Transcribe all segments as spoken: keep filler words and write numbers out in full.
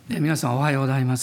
皆さんおはようございます。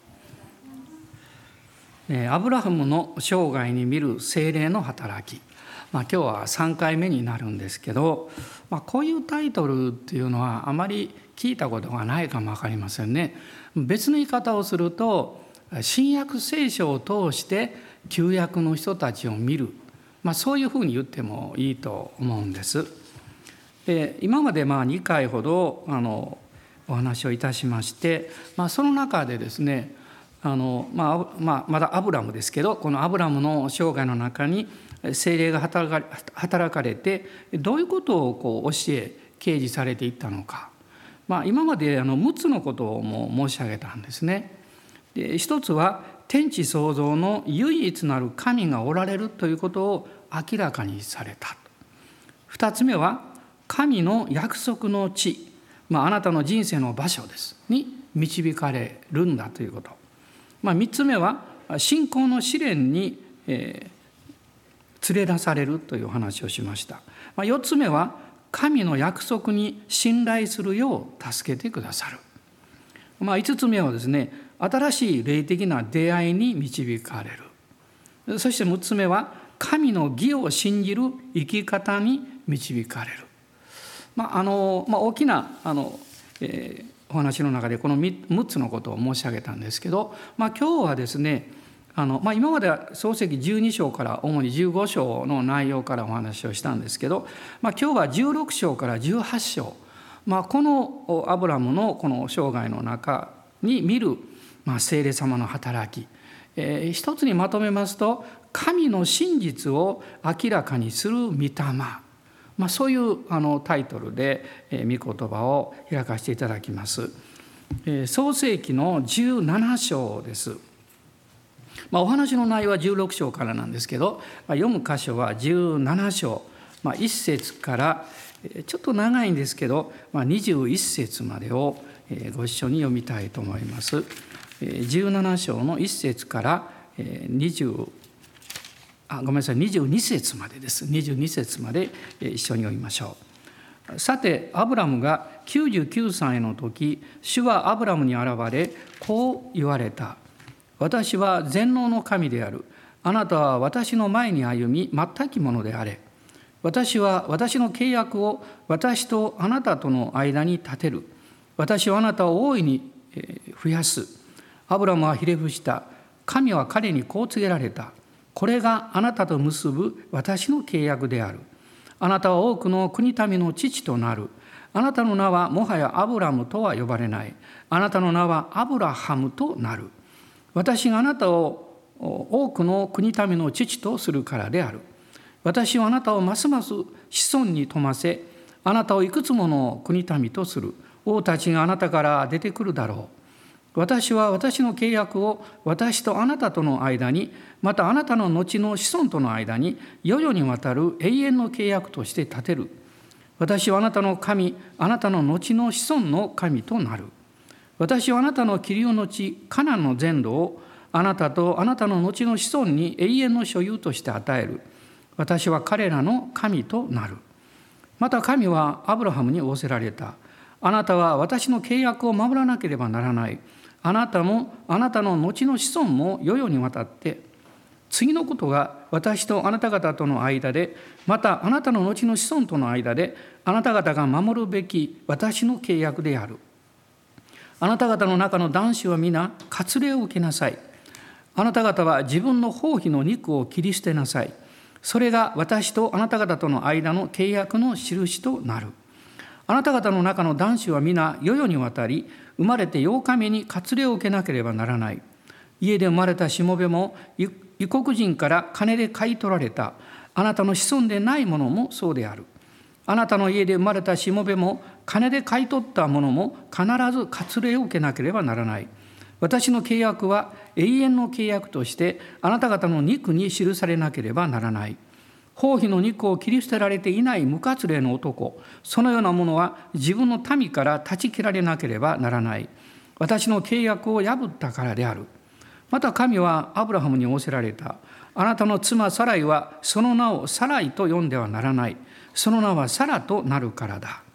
アブラハムの生涯に見る聖霊の働き、まあ、今日はさんかいめになるんですけど、まあ、こういうタイトルっていうのはあまり聞いたことがないかも分かりませんね。別の言い方をすると、新約聖書を通して旧約の人たちを見る、まあ、そういうふうに言ってもいいと思うんです。で今までまあにかいほどあのお話をいたしまして、まあ、その中でですねあの、まあまあ、まだアブラムですけど、このアブラムの生涯の中に聖霊が働かれ、働かれてどういうことをこう教え掲示されていったのか、まあ、今まであのむっつのことをも申し上げたんですね。で一つは天地創造の唯一なる神がおられるということを明らかにされた。二つ目は神の約束の地、まあ、あなたの人生の場所ですに導かれるんだということ。まあ、みっつめは信仰の試練に、えー、連れ出されるという話をしました。まあ、よっつめは神の約束に信頼するよう助けてくださる。まあ、いつつめはですね、新しい霊的な出会いに導かれる。そしてむっつめは神の義を信じる生き方に導かれる。まああのまあ、大きなあの、えー、お話の中でこのむっつのことを申し上げたんですけど、まあ、今日はですねあの、まあ、今までは創世記じゅうに章から主にじゅうご章の内容からお話をしたんですけど、まあ、今日はじゅうろく章からじゅうはち章、まあ、このアブラムのこの生涯の中に見る、まあ、聖霊様の働き、えー、一つにまとめますと、神の真実を明らかにする御霊、まあ、そういうあのタイトルで、えー、御言葉を開かせていただきます。えー、創世記のじゅうなな章です。まあ、お話の内容はじゅうろく章からなんですけど、まあ、読む箇所はじゅうなな章、まあ、いっ節からちょっと長いんですけど、まあ、にじゅういっ節までをご一緒に読みたいと思います。じゅうなな章のいっ節からにじゅうあごめんなさいにじゅうに節までです。にじゅうに節まで一緒に読みましょう。さてアブラムがきゅうじゅうきゅうさいの時、主はアブラムに現れこう言われた。私は全能の神である。あなたは私の前に歩み全きものであれ。私は私の契約を私とあなたとの間に立てる。私はあなたを大いに増やす。アブラムはひれ伏した。神は彼にこう告げられた。これがあなたと結ぶ私の契約である。あなたは多くの国民の父となる。あなたの名はもはやアブラムとは呼ばれない。あなたの名はアブラハムとなる。私があなたを多くの国民の父とするからである。私はあなたをますます子孫に富ませ、あなたをいくつもの国民とする。王たちがあなたから出てくるだろう。私は私の契約を私とあなたとの間に、またあなたの後の子孫との間に、世々にわたる永遠の契約として立てる。私はあなたの神、あなたの後の子孫の神となる。私はあなたの霧の地、カナンの全土を、あなたとあなたの後の子孫に永遠の所有として与える。私は彼らの神となる。また神はアブラハムに仰せられた。あなたは私の契約を守らなければならない。あなたもあなたの後の子孫も世々にわたって次のことが私とあなた方との間で、またあなたの後の子孫との間で、あなた方が守るべき私の契約である。あなた方の中の男子は皆割礼を受けなさい。あなた方は自分の包皮の肉を切り捨てなさい。それが私とあなた方との間の契約の印となる。あなた方の中の男子は皆世々にわたり、生まれてようかめに割礼を受けなければならない。家で生まれたしもべも、異国人から金で買い取られたあなたの子孫でないものもそうである。あなたの家で生まれたしもべも、金で買い取ったものも必ず割礼を受けなければならない。私の契約は永遠の契約としてあなた方の肉に記されなければならない。包皮の肉を切り捨てられていない無割礼の男、そのようなものは自分の民から断ち切られなければならない。私の契約を破ったからである。また神はアブラハムに仰せられた。あなたの妻サライはその名をサライと呼んではならない。その名はサラとなるからだ。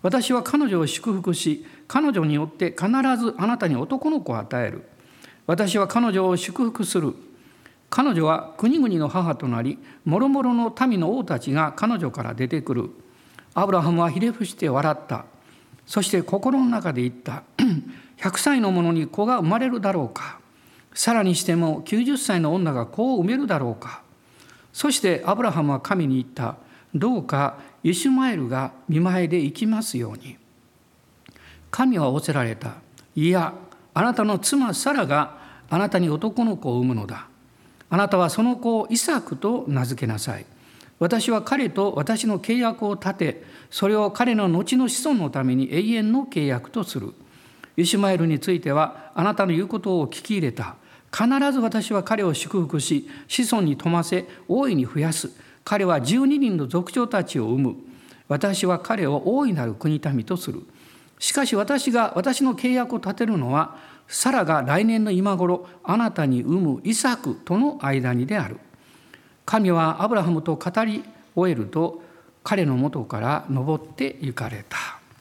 私は彼女を祝福し、彼女によって必ずあなたに男の子を与える。私は彼女を祝福する。彼女は国々の母となり、もろもろの民の王たちが彼女から出てくる。アブラハムはひれ伏して笑った。そして心の中で言った。ひゃくさいの者に子が生まれるだろうか。さらにしてもきゅうじゅっさいの女が子を産めるだろうか。そしてアブラハムは神に言った。どうかイシュマエルが見舞いで生きますように。神は仰せられた。いや、あなたの妻サラがあなたに男の子を産むのだ。あなたはその子をイサクと名付けなさい。私は彼と私の契約を立て、それを彼の後の子孫のために永遠の契約とする。イシュマエルについてはあなたの言うことを聞き入れた。必ず私は彼を祝福し、子孫に富ませ、大いに増やす。彼は十二人の族長たちを生む。私は彼を大いなる国民とする。しかし私が私の契約を立てるのは、サラが来年の今頃あなたに産むイサクとの間にである。神はアブラハムと語り終えると、彼の元から登って行かれた。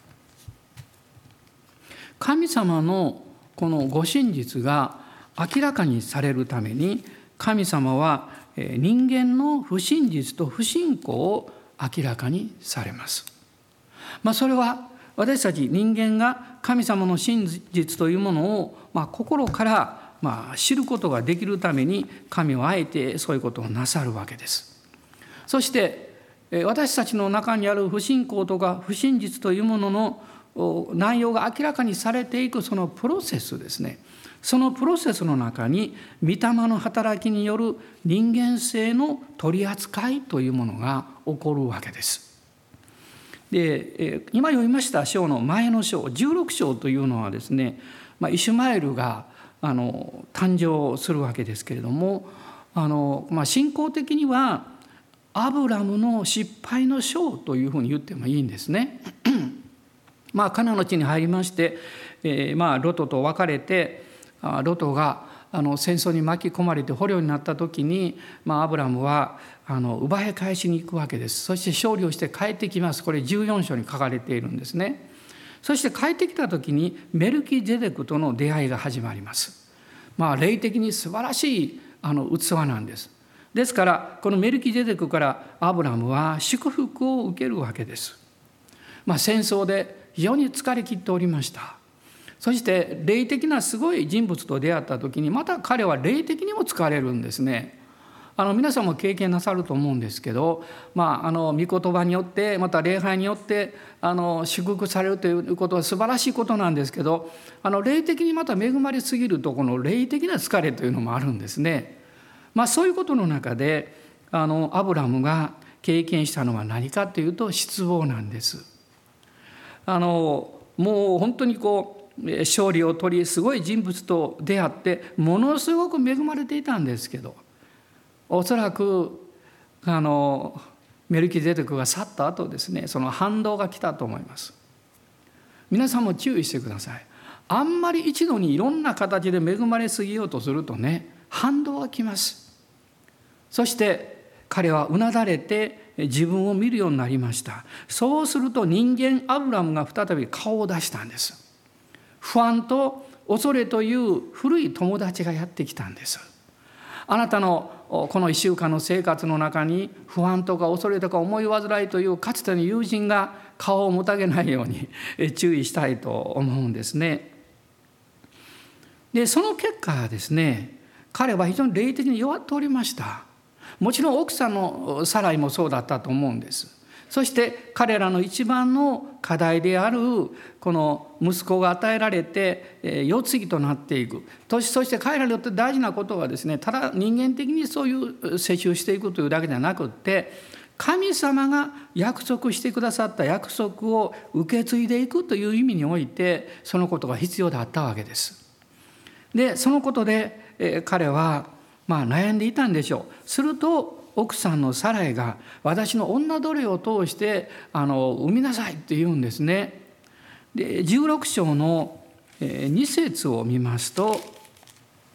神様のこのご真実が明らかにされるために、神様は人間の不真実と不信仰を明らかにされます。まあ、それは私たち人間が神様の真実というものを、まあ、心からまあ知ることができるために、神はあえてそういうことをなさるわけです。そして私たちの中にある不信仰とか不真実というものの内容が明らかにされていくそのプロセスですね。そのプロセスの中に御霊の働きによる人間性の取り扱いというものが起こるわけです。で、今読みました章の前の章じゅうろく章というのはですね、まあ、イシュマエルがあの誕生するわけですけれども、あの、まあ、信仰的にはアブラムの失敗の章というふうに言ってもいいんですね。まあカナンの地に入りまして、えー、まあロトと別れて、ロトがあの戦争に巻き込まれて捕虜になった時に、まあ、アブラムはあの奪い返しに行くわけです。そして勝利をして帰ってきます。これじゅうよん章に書かれているんですね。そして帰ってきた時にメルキゼデクとの出会いが始まります。まあ霊的に素晴らしいあの器なんです。ですからこのメルキゼデクからアブラムは祝福を受けるわけです。まあ、戦争で非常に疲れ切っておりました。そして霊的なすごい人物と出会った時にまた彼は霊的にも疲れるんですね。あの皆さんも経験なさると思うんですけど、まあ、あの御言葉によってまた礼拝によってあの祝福されるということは素晴らしいことなんですけど、あの霊的にまた恵まれすぎるとこの霊的な疲れというのもあるんですね。まあ、そういうことの中であのアブラムが経験したのは何かというと失望なんです。あのもう本当にこう勝利を取りすごい人物と出会ってものすごく恵まれていたんですけど、おそらくあのメルキゼデクが去った後ですね、その反動が来たと思います。皆さんも注意してください。あんまり一度にいろんな形で恵まれすぎようとするとね、反動が来ます。そして彼はうなだれて自分を見るようになりました。そうすると人間アブラムが再び顔を出したんです。不安と恐れという古い友達がやってきたんです。あなたのこのいっしゅうかんの生活の中に不安とか恐れとか思い煩いというかつての友人が顔をもたげないように注意したいと思うんですね。でその結果ですね、彼は非常に霊的に弱っておりました。もちろん奥さんのサライもそうだったと思うんです。そして彼らの一番の課題であるこの息子が与えられて世継ぎとなっていく。そして彼らにとって大事なことはですね、ただ人間的にそういう世襲していくというだけじゃなくって、神様が約束してくださった約束を受け継いでいくという意味においてそのことが必要であったわけです。でそのことで彼はまあ悩んでいたんでしょう。すると奥さんのサライが私の女奴隷を通してあの産みなさいって言うんですね。でじゅうろく章のに節を見ますと、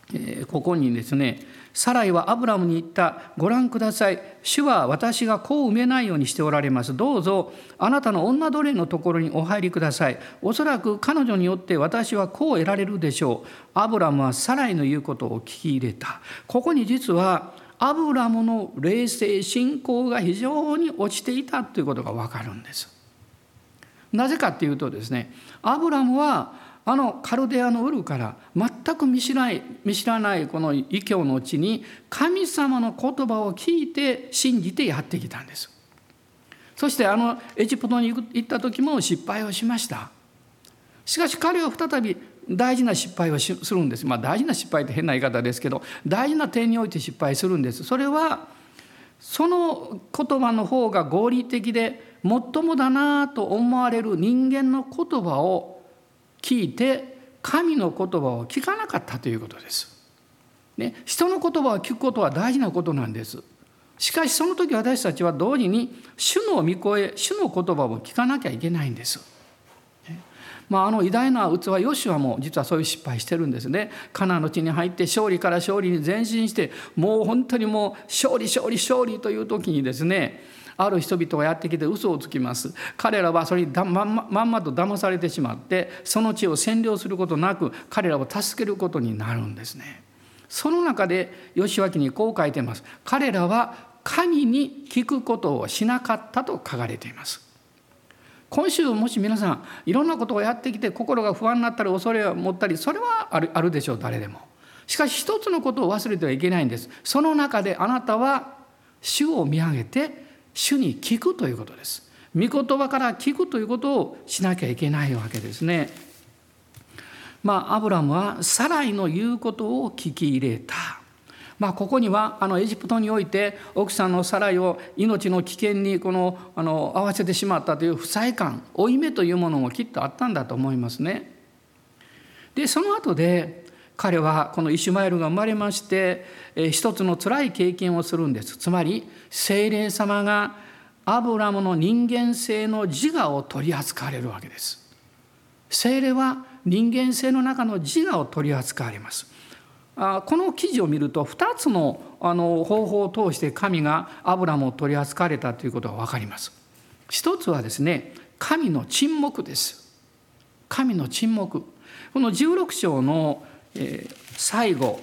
えー、ここにですね、サライはアブラムに言った。ご覧ください。主は私が子を産めないようにしておられます。どうぞあなたの女奴隷のところにお入りください。おそらく彼女によって私は子を得られるでしょう。アブラムはサライの言うことを聞き入れた。ここに実はアブラムの霊性信仰が非常に落ちていたということが分かるんです。なぜかというとですね、アブラムはあのカルデアのウルから全く見知らない、見知らないこの異教のうちに神様の言葉を聞いて信じてやってきたんです。そしてあのエジプトに行った時も失敗をしました。しかし彼は再び大事な失敗をするんです。まあ大事な失敗って変な言い方ですけど、大事な点において失敗するんです。それはその言葉の方が合理的で最もだなと思われる人間の言葉を聞いて神の言葉を聞かなかったということです、ね、人の言葉を聞くことは大事なことなんです。しかしその時私たちは同時に主の御声、主の言葉を聞かなきゃいけないんです、ね。まあ、あの偉大な器ヨシュアも実はそういう失敗してるんですね。カナンの地に入って勝利から勝利に前進して、もう本当にもう勝利勝利勝利という時にですね、ある人々がやってきて嘘をつきます。彼らはそれにまんま、まんまと騙されてしまって、その地を占領することなく彼らを助けることになるんですね。その中でヨシュア記にこう書いています。彼らは神に聞くことをしなかったと書かれています。今週もし皆さんいろんなことをやってきて心が不安になったり恐れを持ったり、それはある、あるでしょう、誰でも。しかし一つのことを忘れてはいけないんです。その中であなたは主を見上げて主に聞くということです。御言葉から聞くということをしなきゃいけないわけですね。まあアブラムはサライの言うことを聞き入れた。まあここにはあのエジプトにおいて奥さんのサライを命の危険にこのあの合わせてしまったという負債感、負い目というものもきっとあったんだと思いますね。でその後で彼はこのイシュマエルが生まれまして、一つの辛い経験をするんです。つまり聖霊様がアブラムの人間性の自我を取り扱われるわけです。聖霊は人間性の中の自我を取り扱われます。この記事を見るとふたつのあの方法を通して神がアブラムを取り扱われたということが分かります。一つはですね、神の沈黙です。神の沈黙。このじゅうろく章の最後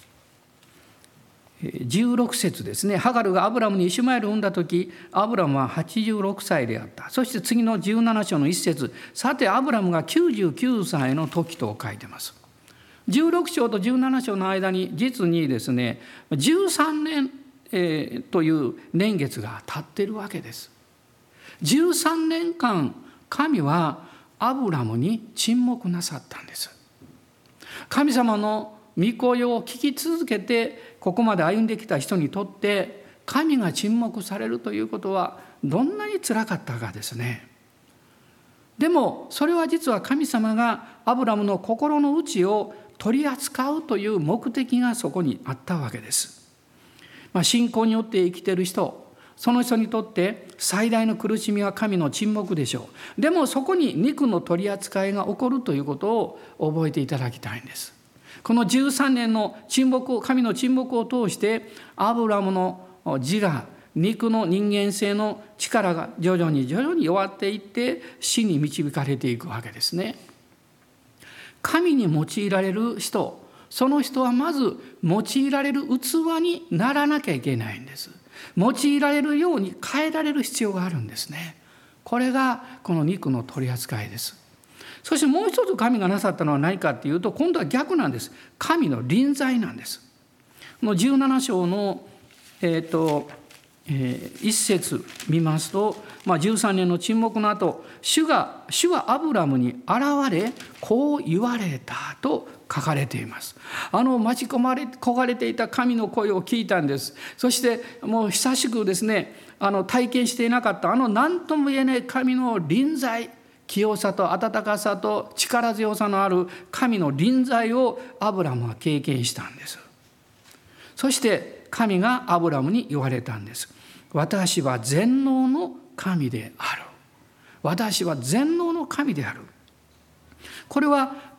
じゅうろく節ですね。ハガルがアブラムにイシュマエルを産んだ時、アブラムははちじゅうろくさいであった。そして次のじゅうなな章のいち節、さてアブラムがきゅうじゅうきゅうさいの時と書いてます。じゅうろく章とじゅうなな章の間に実にですねじゅうさんねん、えー、という年月が経っているわけです。じゅうさんねんかん神はアブラムに沈黙なさったんです。神様の御声を聞き続けてここまで歩んできた人にとって神が沈黙されるということはどんなにつらかったかですね。でもそれは実は神様がアブラムの心の内を取り扱うという目的がそこにあったわけです。まあ、信仰によって生きている人、その人にとって最大の苦しみは神の沈黙でしょう。でもそこに肉の取り扱いが起こるということを覚えていただきたいんです。このじゅうさんねんの沈黙を、神の沈黙を通してアブラムの自我、肉の人間性の力が徐々に徐々に弱っていって死に導かれていくわけですね。神に用いられる人、その人はまず用いられる器にならなきゃいけないんです。用いられるように変えられる必要があるんですね。これがこの肉の取り扱いです。そしてもう一つ神がなさったのは何かっていうと、今度は逆なんです。神の臨在なんです。このじゅうなな章の、えーとえー、一節見ますと、まあ、じゅうさんねんの沈黙の後、主が主はアブラムに現れこう言われたと書かれています。あの待ち込まれ焦がれていた神の声を聞いたんです。そしてもう久しくですね、あの体験していなかったあの何とも言えない神の臨在、清さと温かさと力強さのある神の臨在をアブラムは経験したんです。そして神がアブラムに言われたんです。私は全能の神である。私は全能の神である。これは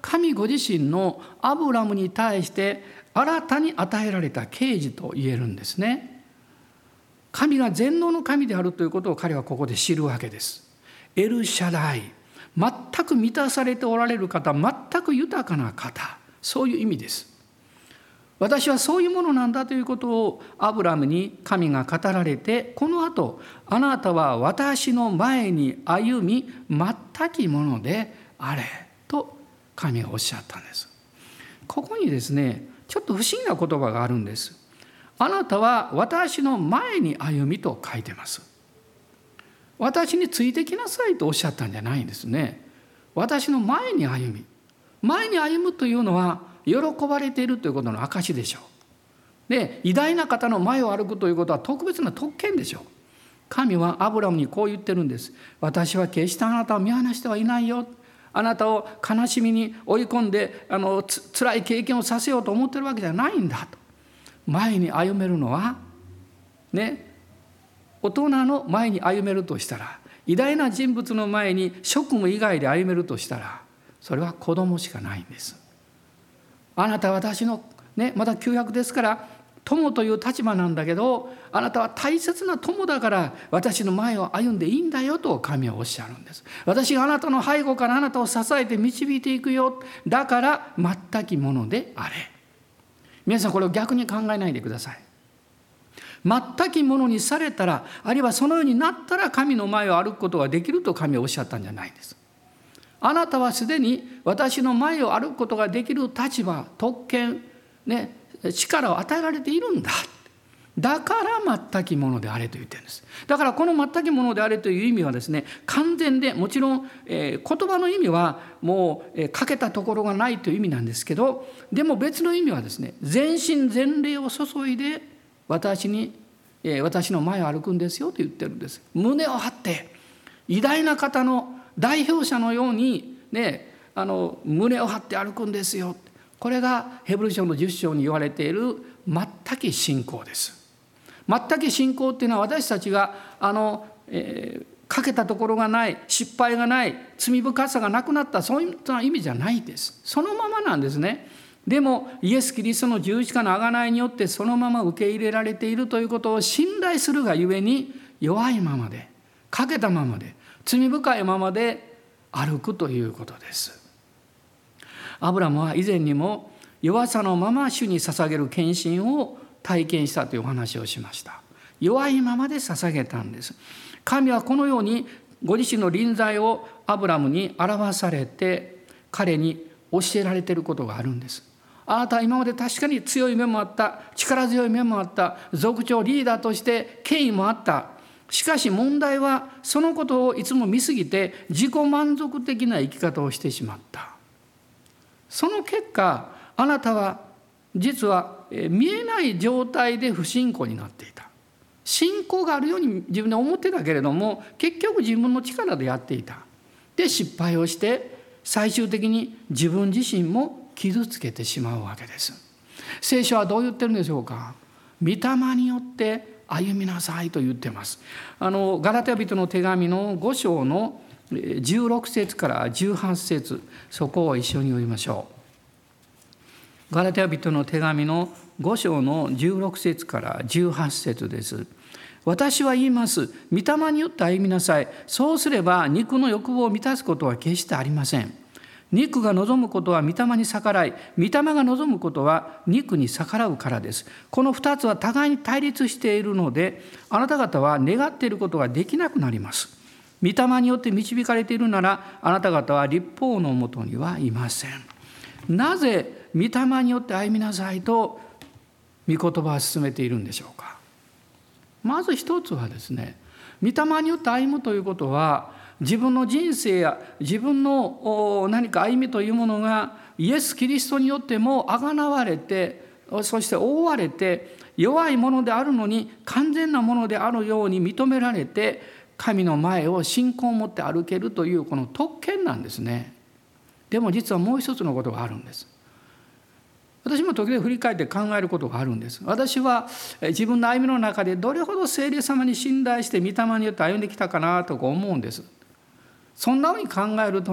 神ご自身のアブラムに対して新たに与えられた啓示と言えるんですね。神が全能の神であるということを彼はここで知るわけです。エルシャダイ、全く満たされておられる方、全く豊かな方、そういう意味です。私はそういうものなんだということをアブラムに神が語られて、この後あなたは私の前に歩み全きものであれと神がおっしゃったんです。ここにですね、ちょっと不思議な言葉があるんです。あなたは私の前に歩みと書いてます。私についてきなさいとおっしゃったんじゃないんですね。私の前に歩み、前に歩むというのは喜ばれているということの証でしょう。で、偉大な方の前を歩くということは特別な特権でしょう。神はアブラムにこう言ってるんです。私は決してあなたを見放してはいないよ。あなたを悲しみに追い込んであのつ辛い経験をさせようと思ってるわけじゃないんだと。前に歩めるのはね、大人の前に歩めるとしたら、偉大な人物の前に職務以外で歩めるとしたら、それは子供しかないんです。あなたは私の、ね、まだ旧約ですから友という立場なんだけど、あなたは大切な友だから私の前を歩んでいいんだよと神はおっしゃるんです。私があなたの背後からあなたを支えて導いていくよ。だから全きものであれ。皆さんこれを逆に考えないでください。全きものにされたら、あるいはそのようになったら神の前を歩くことができると神はおっしゃったんじゃないんです。あなたはすでに私の前を歩くことができる立場、特権、ね、力を与えられているんだ。だから全きものであれと言ってるんです。だからこの全きものであれという意味はですね、完全で、もちろん、えー、言葉の意味はもう、えー、欠けたところがないという意味なんですけど、でも別の意味はですね、全身全霊を注いで私に、えー、私の前を歩くんですよと言ってるんです。胸を張って偉大な方の代表者のように、ね、あの胸を張って歩くんですよ。これがヘブル書のじゅっ章に言われている全き信仰です。全き信仰っていうのは、私たちがあの、えー、欠けたところがない、失敗がない、罪深さがなくなった、そういう意味じゃないです。そのままなんですね。でもイエス・キリストの十字架の贖いによってそのまま受け入れられているということを信頼するがゆえに、弱いままで、欠けたままで、罪深いままで歩くということです。アブラムは以前にも弱さのまま主に捧げる献身を体験したというお話をしました。弱いままで捧げたんです。神はこのようにご自身の臨在をアブラムに表されて、彼に教えられていることがあるんです。あなたは今まで確かに強い面もあった、力強い面もあった、族長リーダーとして権威もあった。しかし問題は、そのことをいつも見すぎて自己満足的な生き方をしてしまった。その結果、あなたは実は見えない状態で不信仰になっていた。信仰があるように自分で思ってたけれども、結局自分の力でやっていた。で、失敗をして最終的に自分自身も傷つけてしまうわけです。聖書はどう言ってるんでしょうか。御霊によって歩みなさいと言っています。あのガラテヤ人の手紙のご章のじゅうろく節からじゅうはち節、そこを一緒に読みましょう。ガラテヤ人の手紙のご章のじゅうろく節からじゅうはち節です。私は言います。御霊によって歩みなさい。そうすれば肉の欲望を満たすことは決してありません。肉が望むことは御霊に逆らい、御霊が望むことは肉に逆らうからです。この二つは互いに対立しているので、あなた方は願っていることができなくなります。御霊によって導かれているなら、あなた方は律法のもとにはいません。なぜ御霊によって歩みなさいと御言葉は進めているんでしょうか。まず一つはですね、御霊によって歩むということは、自分の人生や自分の何か歩みというものがイエス・キリストによってもあがなわれて、そして覆われて、弱いものであるのに完全なものであるように認められて、神の前を信仰を持って歩けるというこの特権なんですね。でも実はもう一つのことがあるんです。私も時々振り返って考えることがあるんです。私は自分の歩みの中でどれほど聖霊様に信頼して御霊によって歩んできたかなと思うんです。そんなふうに考えるとね、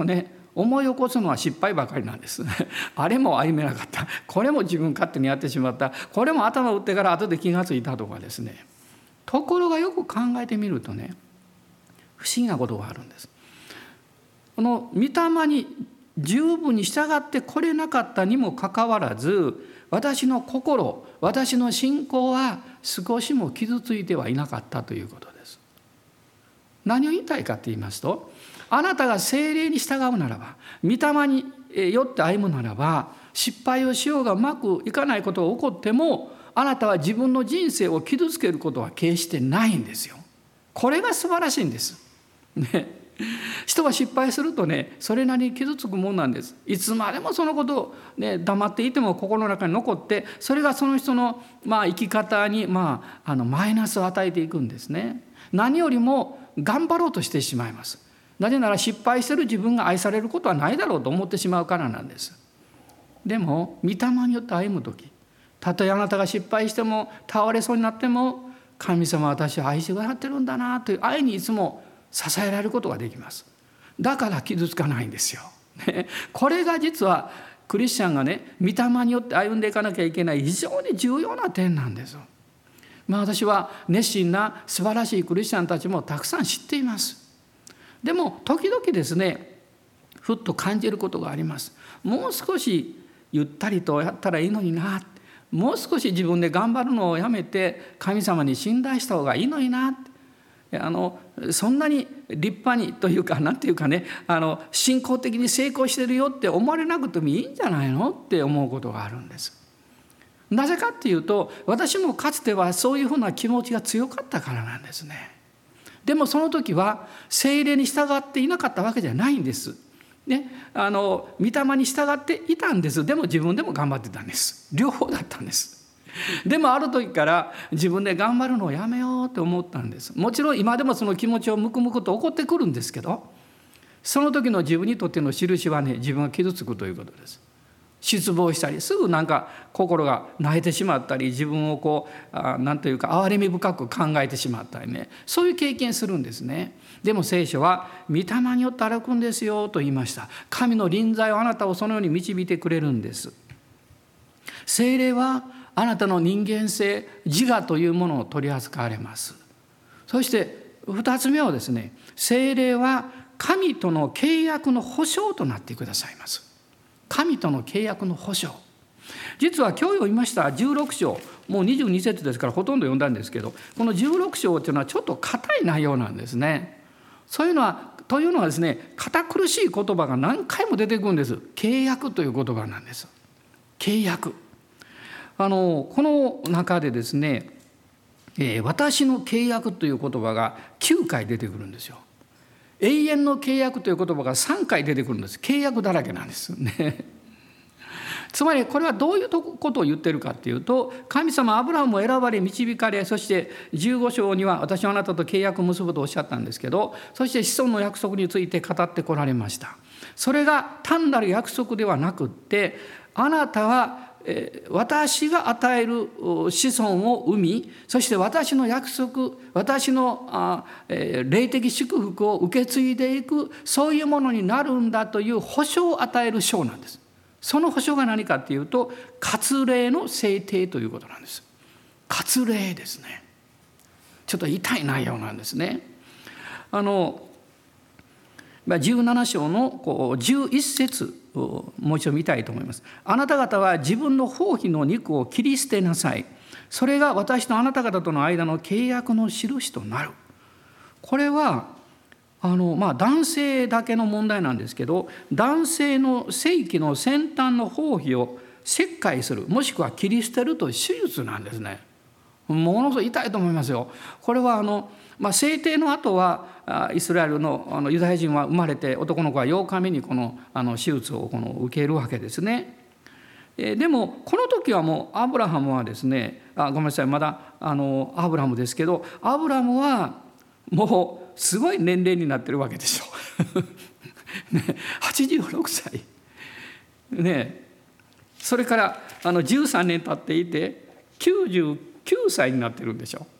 思い起こすのは失敗ばかりなんですあれも歩めなかった、これも自分勝手にやってしまった、これも頭を打ってから後で気がついたとかですね。ところがよく考えてみるとね、不思議なことがあるんです。この御霊に十分に従ってこれなかったにもかかわらず、私の心、私の信仰は少しも傷ついてはいなかったということです。何を言いたいかと言いますと、あなたが聖霊に従うならば、御霊によって歩むならば、失敗をしようがうまくいかないことが起こっても、あなたは自分の人生を傷つけることは決してないんですよ。これが素晴らしいんです、ね、人は失敗するとね、それなりに傷つくもんなんです。いつまでもそのことを、ね、黙っていても心の中に残って、それがその人の、まあ、生き方に、まあ、あのマイナスを与えていくんですね。何よりも頑張ろうとしてしまいます。なぜなら失敗している自分が愛されることはないだろうと思ってしまうからなんです。でも御霊によって歩むとき、たとえあなたが失敗しても倒れそうになっても、神様は私を愛してくださってるんだなという愛にいつも支えられることができます。だから傷つかないんですよ。これが実はクリスチャンがね、御霊によって歩んでいかなきゃいけない非常に重要な点なんです。まあ、私は熱心な素晴らしいクリスチャンたちもたくさん知っています。でも時々ですね、ふっと感じることがあります。もう少しゆったりとやったらいいのにな、もう少し自分で頑張るのをやめて神様に信頼した方がいいのにな、あのそんなに立派にというか、なんていうかね、あの信仰的に成功してるよって思われなくてもいいんじゃないのって思うことがあるんです。なぜかっていうと、私もかつてはそういうふうな気持ちが強かったからなんですね。でもその時は聖霊に従っていなかったわけじゃないんです。ね、あの御霊に従っていたんです。でも自分でも頑張ってたんです。両方だったんです。でもある時から自分で頑張るのをやめようと思ったんです。もちろん今でもその気持ちをムクムクと起こってくるんですけど、その時の自分にとっての印はね、自分が傷つくということです。失望したり、すぐなんか心が泣いてしまったり、自分をこうあなんというか憐れみ深く考えてしまったりね、そういう経験するんですね。でも聖書は御霊によって歩くんですよと言いました。神の臨在はあなたをそのように導いてくれるんです。聖霊はあなたの人間性、自我というものを取り扱われます。そして二つ目はですね、聖霊は神との契約の保証となってくださいます。神との契約の保証。実は今日読みましたじゅうろく章、もうにじゅうに節ですからほとんど読んだんですけど、このじゅうろく章というのはちょっと硬い内容なんですね。そういうのはというのはですね、堅苦しい言葉が何回も出てくるんです。契約という言葉なんです。契約。あのこの中でですね、えー、私の契約という言葉がきゅうかい出てくるんですよ。永遠の契約という言葉がさんかい出てくるんです。契約だらけなんですね。つまりこれはどういうことを言っているかというと、神様アブラハムを選ばれ導かれ、そしてじゅうご章には私はあなたと契約を結ぶとおっしゃったんですけど、そして子孫の約束について語ってこられました。それが単なる約束ではなくって、あなたは私が与える子孫を生み、そして私の約束、私の霊的祝福を受け継いでいく、そういうものになるんだという保証を与える章なんです。その保証が何かというと、割礼の制定ということなんです。割礼ですね。ちょっと痛い内容なんですね。あのじゅうなな章のじゅういち節をもう一度見たいと思います。あなた方は自分の包皮の肉を切り捨てなさい。それが私とあなた方との間の契約の印となる。これはあの、まあ、男性だけの問題なんですけど、男性の性器の先端の包皮を切開する、もしくは切り捨てるという手術なんですね。ものすごい痛いと思いますよ。これはあの、まあ、制定の後はイスラエル の, あのユダヤ人は生まれて、男の子はようかめにこのあの手術をこの受けるわけですね。えでもこの時はもうアブラハムはですね、あごめんなさい、まだあのアブラハムですけど、アブラハムはもうすごい年齢になってるわけでしょ、ね、はちじゅうろくさい、ね、それからあのじゅうさんねん経っていてきゅうじゅうきゅうさいになってるんでしょ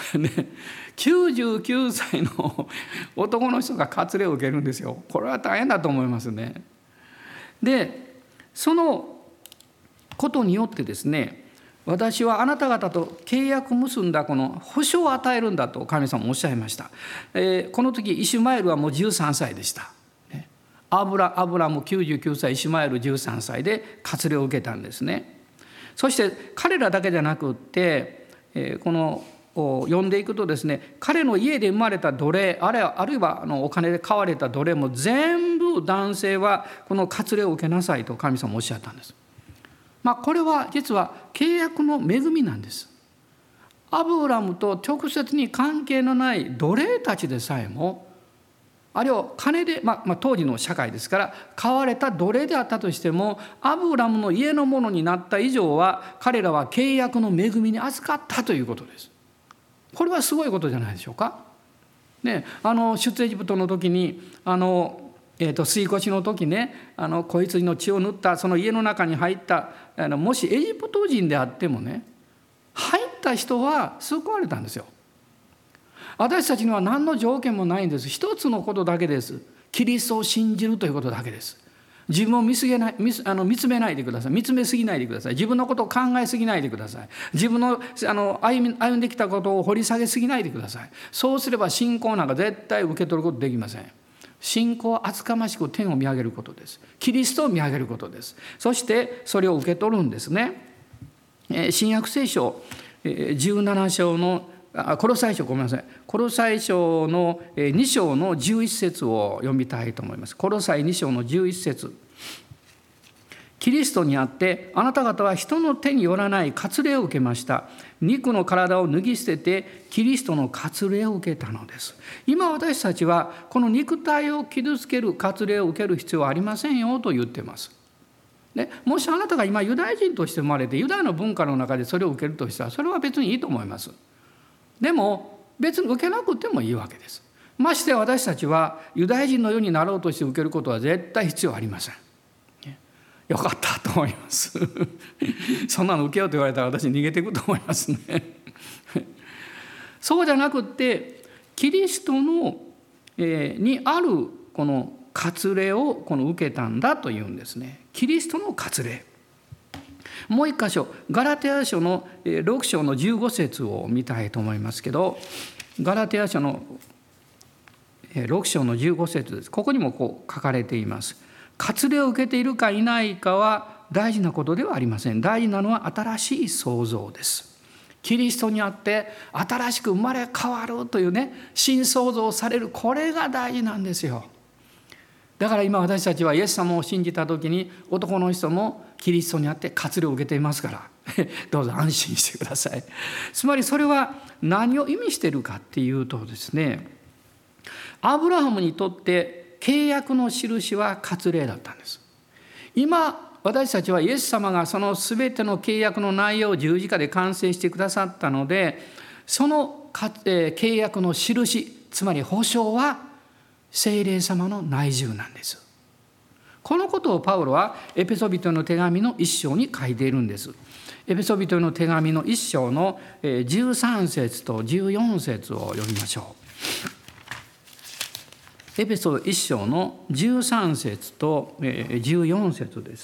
ね、きゅうじゅうきゅうさいの男の人が割礼を受けるんですよ。これは大変だと思いますね。でそのことによってですね、私はあなた方と契約を結んだこの保証を与えるんだと神様もおっしゃいました。えー、この時イシュマエルはもうじゅうさんさいでした。アブラアブラもきゅうじゅうきゅうさい、イシュマエルじゅうさんさいで割礼を受けたんですね。そして彼らだけじゃなくって、えー、この読んでいくとですね、彼の家で生まれた奴隷、あるいはあるいはあのお金で買われた奴隷も全部男性はこの割礼を受けなさいと神様もおっしゃったんです。まあ、これは実は契約の恵みなんです。アブラムと直接に関係のない奴隷たちでさえも、あるいは金で、まあまあ、当時の社会ですから買われた奴隷であったとしても、アブラムの家のものになった以上は彼らは契約の恵みに預かったということです。これはすごいことじゃないでしょうか。ね、あの出エジプトの時にあのえー、と吸い越しの時ね、あの子羊の血を塗ったその家の中に入ったあのもしエジプト人であってもね、入った人は救われたんですよ。私たちには何の条件もないんです。一つのことだけです。キリストを信じるということだけです。自分を見すげない、見あの見つめないでください。見つめすぎないでください。自分のことを考えすぎないでください。自分の、あの 歩, み歩んできたことを掘り下げすぎないでください。そうすれば信仰なんか絶対受け取ることできません。信仰は厚かましく天を見上げることです。キリストを見上げることです。そしてそれを受け取るんですね。新約聖書じゅうなな章のコロサイ書ごめんなさいコロサイ書のに章のじゅういち節を読みたいと思います。コロサイに章のじゅういち節。キリストにあってあなた方は人の手によらない割礼を受けました。肉の体を脱ぎ捨ててキリストの割礼を受けたのです。今私たちはこの肉体を傷つける割礼を受ける必要はありませんよと言っています。でもしあなたが今ユダヤ人として生まれてユダヤの文化の中でそれを受けるとしたらそれは別にいいと思います。でも別に受けなくてもいいわけです。まして私たちはユダヤ人のようになろうとして受けることは絶対必要ありません。よかったと思いますそんなの受けようと言われたら私逃げていくと思いますねそうじゃなくってキリストの、えー、にあるこの割礼をこの受けたんだというんですね。キリストの割礼。もう一箇所ガラテヤ書のろく章のじゅうご節を見たいと思いますけど、ガラテヤ書のろく章のじゅうご節です。ここにもこう書かれています。割礼を受けているかいないかは大事なことではありません。大事なのは新しい創造です。キリストにあって新しく生まれ変わるというね、新創造される、これが大事なんですよ。だから今私たちはイエス様を信じた時に男の人もキリストにあって割礼を受けていますからどうぞ安心してください。つまりそれは何を意味しているかっていうとですね、アブラハムにとって契約の印は割礼だったんです。今私たちはイエス様がその全ての契約の内容を十字架で完成してくださったので、その契約の印、つまり保証は聖霊様の内住なんです。このことをパウロはエペソビトの手紙の一章に書いているんです。エペソビトの手紙の一章のじゅうさん節とじゅうよん節を読みましょう。エペソいち章のじゅうさん節とじゅうよん節です。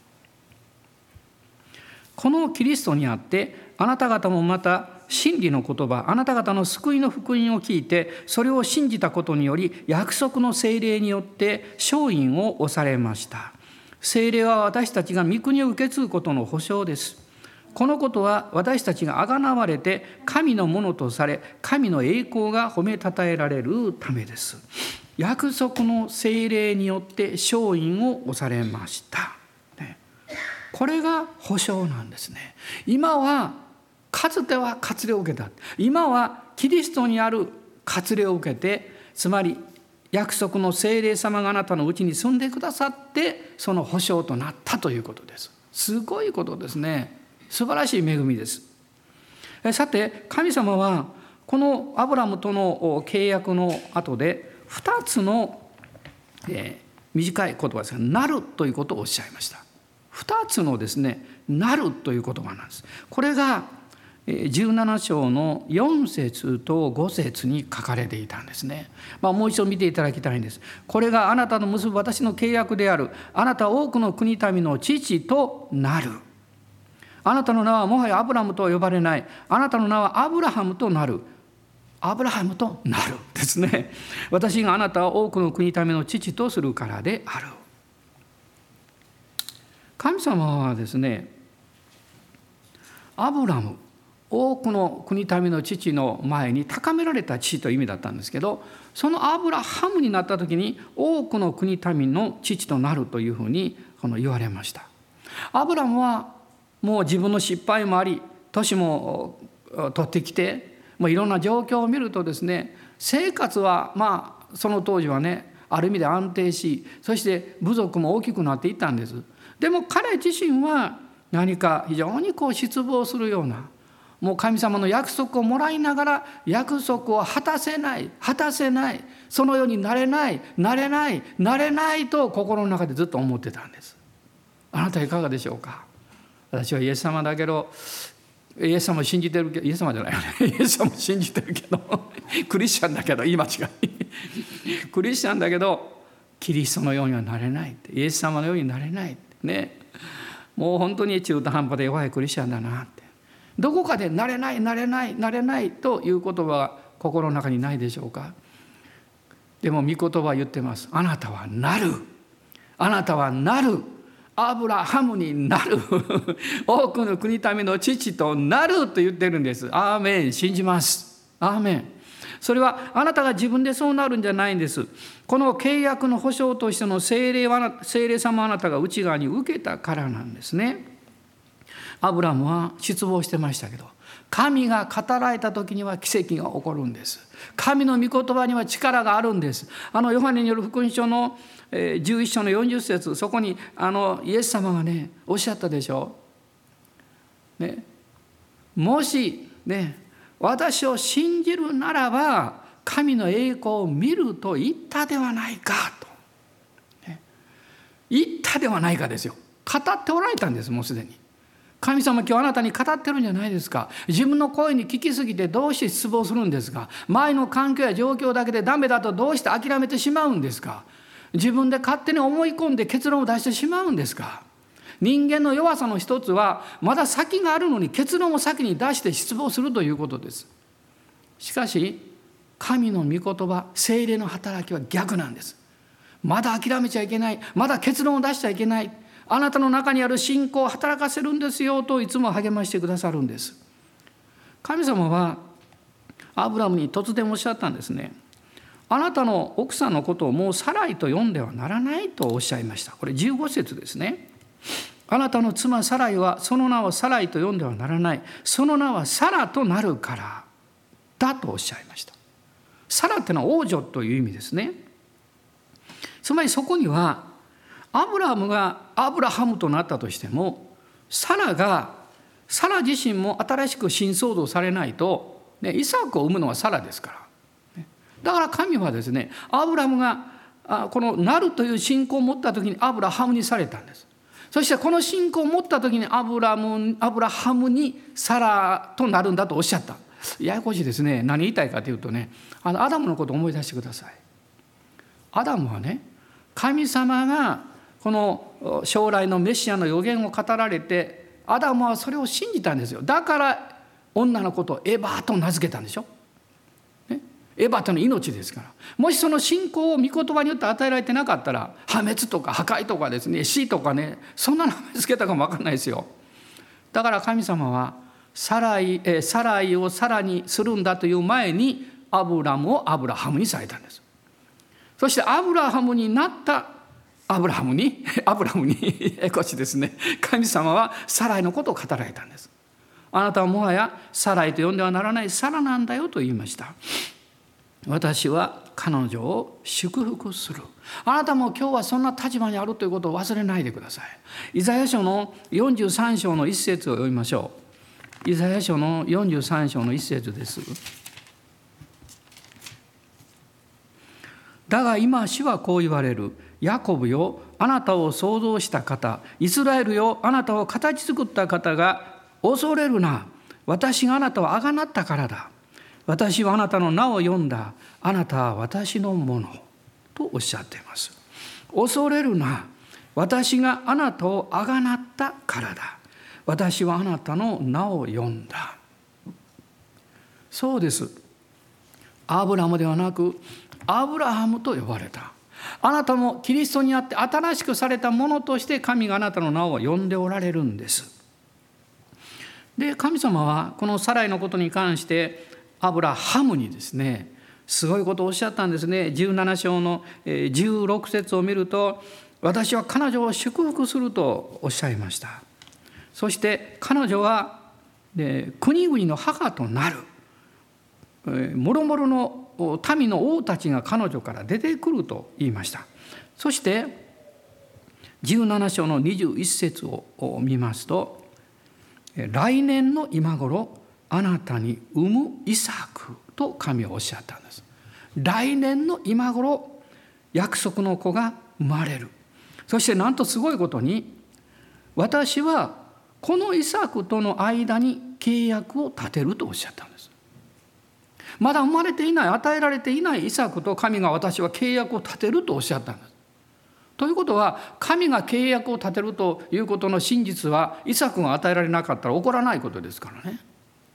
このキリストにあってあなた方もまた真理の言葉、あなた方の救いの福音を聞いてそれを信じたことにより約束の聖霊によって勝因を押されました。聖霊は私たちが御国を受け継ぐことの保証です。このことは私たちがあがなわれて神のものとされ神の栄光が褒めたたえられるためです。約束の聖霊によって勝因を押されました。これが保証なんですね。今はかつては割礼を受けた。今はキリストにある割礼を受けて、つまり約束の聖霊様があなたのうちに住んでくださってその保証となったということです。すごいことですね。素晴らしい恵みです。さて神様はこのアブラムとの契約の後でふたつの、えー、短い言葉ですが、なるということをおっしゃいました。ふたつのですね、なるという言葉なんです。これがじゅうなな章のよん節とご節に書かれていたんですね。まあ、もう一度見ていただきたいんです。これがあなたの結ぶ私の契約である。あなたは多くの国民の父となる。あなたの名はもはやアブラムとは呼ばれない。あなたの名はアブラハムとなる。アブラハムとなるですね。私があなたを多くの国民の父とするからである。神様はですね、アブラム、多くの国民の父の前に高められた父という意味だったんですけど、そのアブラハムになった時に多くの国民の父となるというふうにこの言われました。アブラムはもう自分の失敗もあり、年も取ってきて、もういろんな状況を見るとですね、生活はまあその当時はね、ある意味で安定し、そして部族も大きくなっていったんです。でも彼自身は何か非常にこう失望するような、もう神様の約束をもらいながら約束を果たせない果たせない、そのようになれないなれないなれないと心の中でずっと思ってたんです。あなたいかがでしょうか。私はイエス様だけど、イエス様を信じてるけど、イエス様じゃないよね、イエス様を信じてるけどクリスチャンだけど、言い間違いクリスチャンだけどキリストのようにはなれないって、イエス様のようになれないってね、もう本当に中途半端で弱いクリスチャンだなって、どこかでなれないなれないなれないという言葉が心の中にないでしょうか。でも御言葉は言ってます。あなたはなる、あなたはなる、アブラハムになる多くの国民の父となると言ってるんです。アーメン。信じます。アーメン。それはあなたが自分でそうなるんじゃないんです。この契約の保証としての聖霊は聖霊様をあなたが内側に受けたからなんですね。アブラムは失望してましたけど、神が語られた時には奇跡が起こるんです。神の御言葉には力があるんです。あのヨハネによる福音書のじゅういっ章のよんじゅっ節、そこにあのイエス様がねおっしゃったでしょう、ね、もしね私を信じるならば神の栄光を見ると言ったではないかと、ね、言ったではないかですよ。語っておられたんです。もうすでに神様今日あなたに語ってるんじゃないですか。自分の声に聞きすぎてどうして失望するんですか。周りの環境や状況だけでダメだとどうして諦めてしまうんですか。自分で勝手に思い込んで結論を出してしまうんですか。人間の弱さの一つはまだ先があるのに結論を先に出して失望するということです。しかし神の御言葉、聖霊の働きは逆なんです。まだ諦めちゃいけない、まだ結論を出しちゃいけない、あなたの中にある信仰を働かせるんですよといつも励ましてくださるんです。神様はアブラムに突然おっしゃったんですね。あなたの奥さんのことをもうサライと呼んではならないとおっしゃいました。これじゅうご節ですね。あなたの妻サライはその名をサライと呼んではならない。その名はサラとなるからだとおっしゃいました。サラってのは王女という意味ですね。つまりそこにはアブラムがアブラハムとなったとしても、サラがサラ自身も新しく新創造されないと、ね、イサクを産むのはサラですから。だから神はですね、アブラムがこのなるという信仰を持った時にアブラハムにされたんです。そしてこの信仰を持った時にアブラム、アブラハムにサラとなるんだとおっしゃった。ややこしいですね。何言いたいかというとね、あのアダムのことを思い出してください。アダムはね、神様がこの将来のメシアの予言を語られて、アダムはそれを信じたんですよ。だから女のことをエバと名付けたんでしょ。エバというのは命ですから。もしその信仰を御言葉によって与えられてなかったら、破滅とか破壊とかですね、死とかね、そんな名前つけたかも分かんないですよ。だから神様はサライ、えサライをサラにするんだという前にアブラムをアブラハムにされたんです。そしてアブラハムになったアブラハムにアブラムにえこっちですね、神様はサライのことを語られたんです。あなたはもはやサライと呼んではならないサラなんだよと言いました。私は彼女を祝福する。あなたも今日はそんな立場にあるということを忘れないでください。イザヤ書のよんじゅうさん章の一節を読みましょう。イザヤ書のよんじゅうさん章の一節です。だが今主はこう言われる。ヤコブよ、あなたを創造した方、イスラエルよ、あなたを形作った方が恐れるな。 私があなたをあがなったからだ。私はあなたの名を呼んだ。あなたは私のものとおっしゃっています。恐れるな。私があなたをあがなったからだ。私はあなたの名を呼んだ。そうです。アブラムではなくアブラハムと呼ばれた。あなたもキリストにあって新しくされたものとして神があなたの名を呼んでおられるんです。で、神様はこのサライのことに関してアブラハムにですね、すごいことをおっしゃったんですね。じゅうなな章のじゅうろく節を見ると、私は彼女を祝福するとおっしゃいました。そして彼女は国々の母となる。もろもろの民の王たちが彼女から出てくると言いました。そしてじゅうなな章のにじゅういち節を見ますと、来年の今頃あなたに産むイサクと神はおっしゃったんです。来年の今頃約束の子が生まれる。そしてなんとすごいことに、私はこのイサクとの間に契約を立てるとおっしゃったんです。まだ生まれていない、与えられていないイサクと神が私は契約を立てるとおっしゃったんです。ということは、神が契約を立てるということの真実は、イサクが与えられなかったら起こらないことですからね。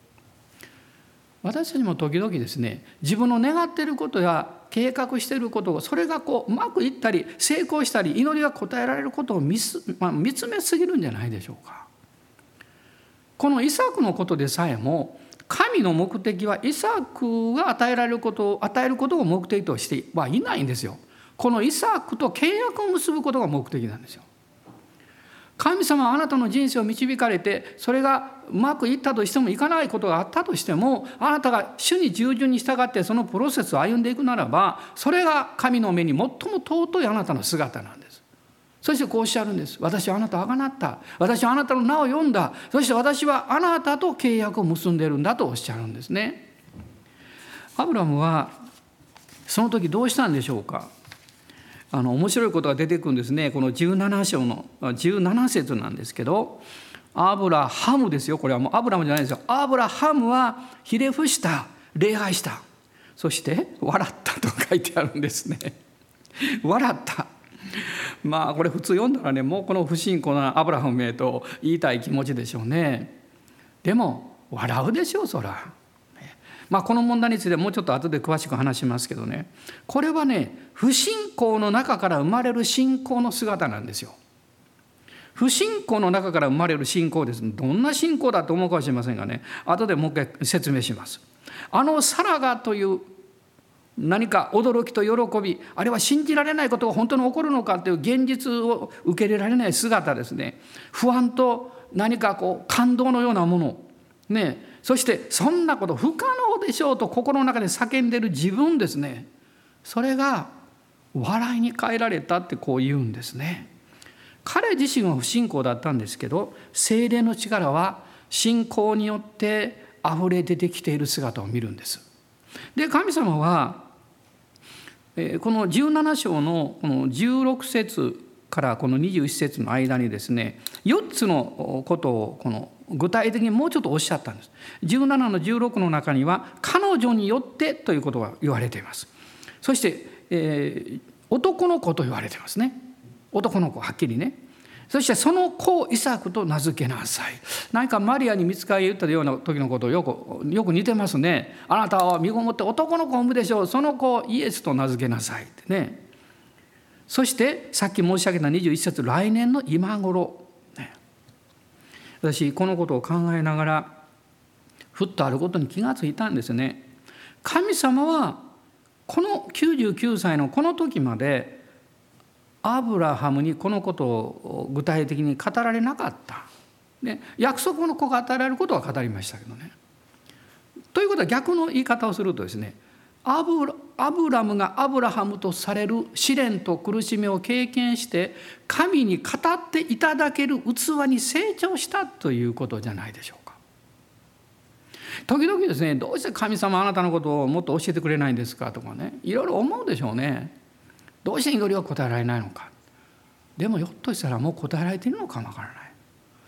私たちも時々ですね、自分の願っていることや計画していることを、それがこううまくいったり成功したり祈りが応えられることを見す、まあ、見つめすぎるんじゃないでしょうか。このイサクのことでさえも、神の目的はイサクが与えられることを与えることを目的としてはいないんですよ。このイサクと契約を結ぶことが目的なんですよ。神様はあなたの人生を導かれて、それがうまくいったとしてもいかないことがあったとしても、あなたが主に従順に従ってそのプロセスを歩んでいくならば、それが神の目に最も尊いあなたの姿なんです。そしてこうおっしゃるんです。私はあなたをあがなった。私はあなたの名を呼んだ。そして私はあなたと契約を結んでいるんだとおっしゃるんですね。アブラムはその時どうしたんでしょうか。あの面白いことが出てくるんですね。このじゅうなな章のじゅうなな節なんですけど、アブラハムですよ。これはもうアブラムじゃないですよ。アブラハムはひれ伏した、礼拝した、そして笑ったと書いてあるんですね。笑った。まあこれ普通読んだらね、もうこの不信仰なアブラハムへと言いたい気持ちでしょうね。でも笑うでしょう、そら。まあ、この問題についてもうちょっと後で詳しく話しますけどね、これはね、不信仰の中から生まれる信仰の姿なんですよ。不信仰の中から生まれる信仰です。どんな信仰だと思うかもしれませんがね、後でもう一回説明します。あのサラガという何か驚きと喜び、あれは信じられないことが本当に起こるのかという現実を受け入れられない姿ですね。不安と何かこう感動のようなものね、そしてそんなこと不可能でしょうと心の中で叫んでる自分ですね。それが笑いに変えられたってこう言うんですね。彼自身は不信仰だったんですけど、聖霊の力は信仰によって溢れ出てきている姿を見るんです。で、神様はこのじゅうなな章のこのじゅうろく節からこのにじゅういち節の間にですね、よっつのことをこの具体的にもうちょっとおっしゃったんです。じゅうななのじゅうろくの中には彼女によってということが言われています。そして、えー、男の子と言われていますね。男の子はっきりね。そしてその子をイサクと名付けなさい。何かマリアに見つかり言ったような時のことをよくよく似てますね。あなたは身ごもって男の子を産むでしょう。その子をイエスと名付けなさいってね。そしてさっき申し上げたにじゅういち節、来年の今頃、ね、私このことを考えながらふっとあることに気がついたんですね。神様はこのきゅうじゅうきゅうさいのこの時までアブラハムにこのことを具体的に語られなかった、ね、約束の子が与えられることは語りましたけどね。ということは逆の言い方をするとですね、アブラ、アブラムがアブラハムとされる試練と苦しみを経験して神に語っていただける器に成長したということじゃないでしょうか。時々ですね、どうして神様あなたのことをもっと教えてくれないんですかとかね、いろいろ思うでしょうね。どうして祈りは答えられないのか。でもひょっとしたらもう答えられているのかもわからない。